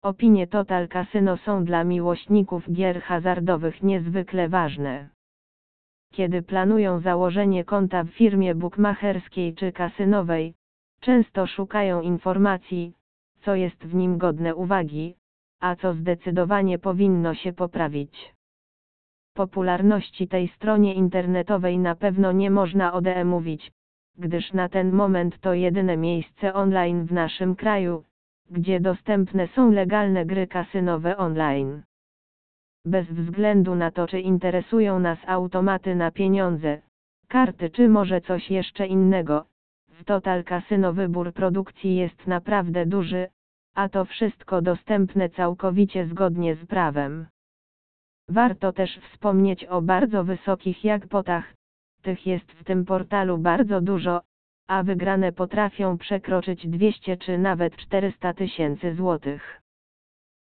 Opinie Total Casino są dla miłośników gier hazardowych niezwykle ważne. Kiedy planują założenie konta w firmie bukmacherskiej czy kasynowej, często szukają informacji, co jest w nim godne uwagi, a co zdecydowanie powinno się poprawić. Popularności tej stronie internetowej na pewno nie można odmówić, gdyż na ten moment to jedyne miejsce online w naszym kraju, gdzie dostępne są legalne gry kasynowe online. Bez względu na to, czy interesują nas automaty na pieniądze, karty czy może coś jeszcze innego, w Total Casino wybór produkcji jest naprawdę duży, a to wszystko dostępne całkowicie zgodnie z prawem. Warto też wspomnieć o bardzo wysokich jackpotach, tych jest w tym portalu bardzo dużo, a wygrane potrafią przekroczyć 200 czy nawet 400 tysięcy złotych.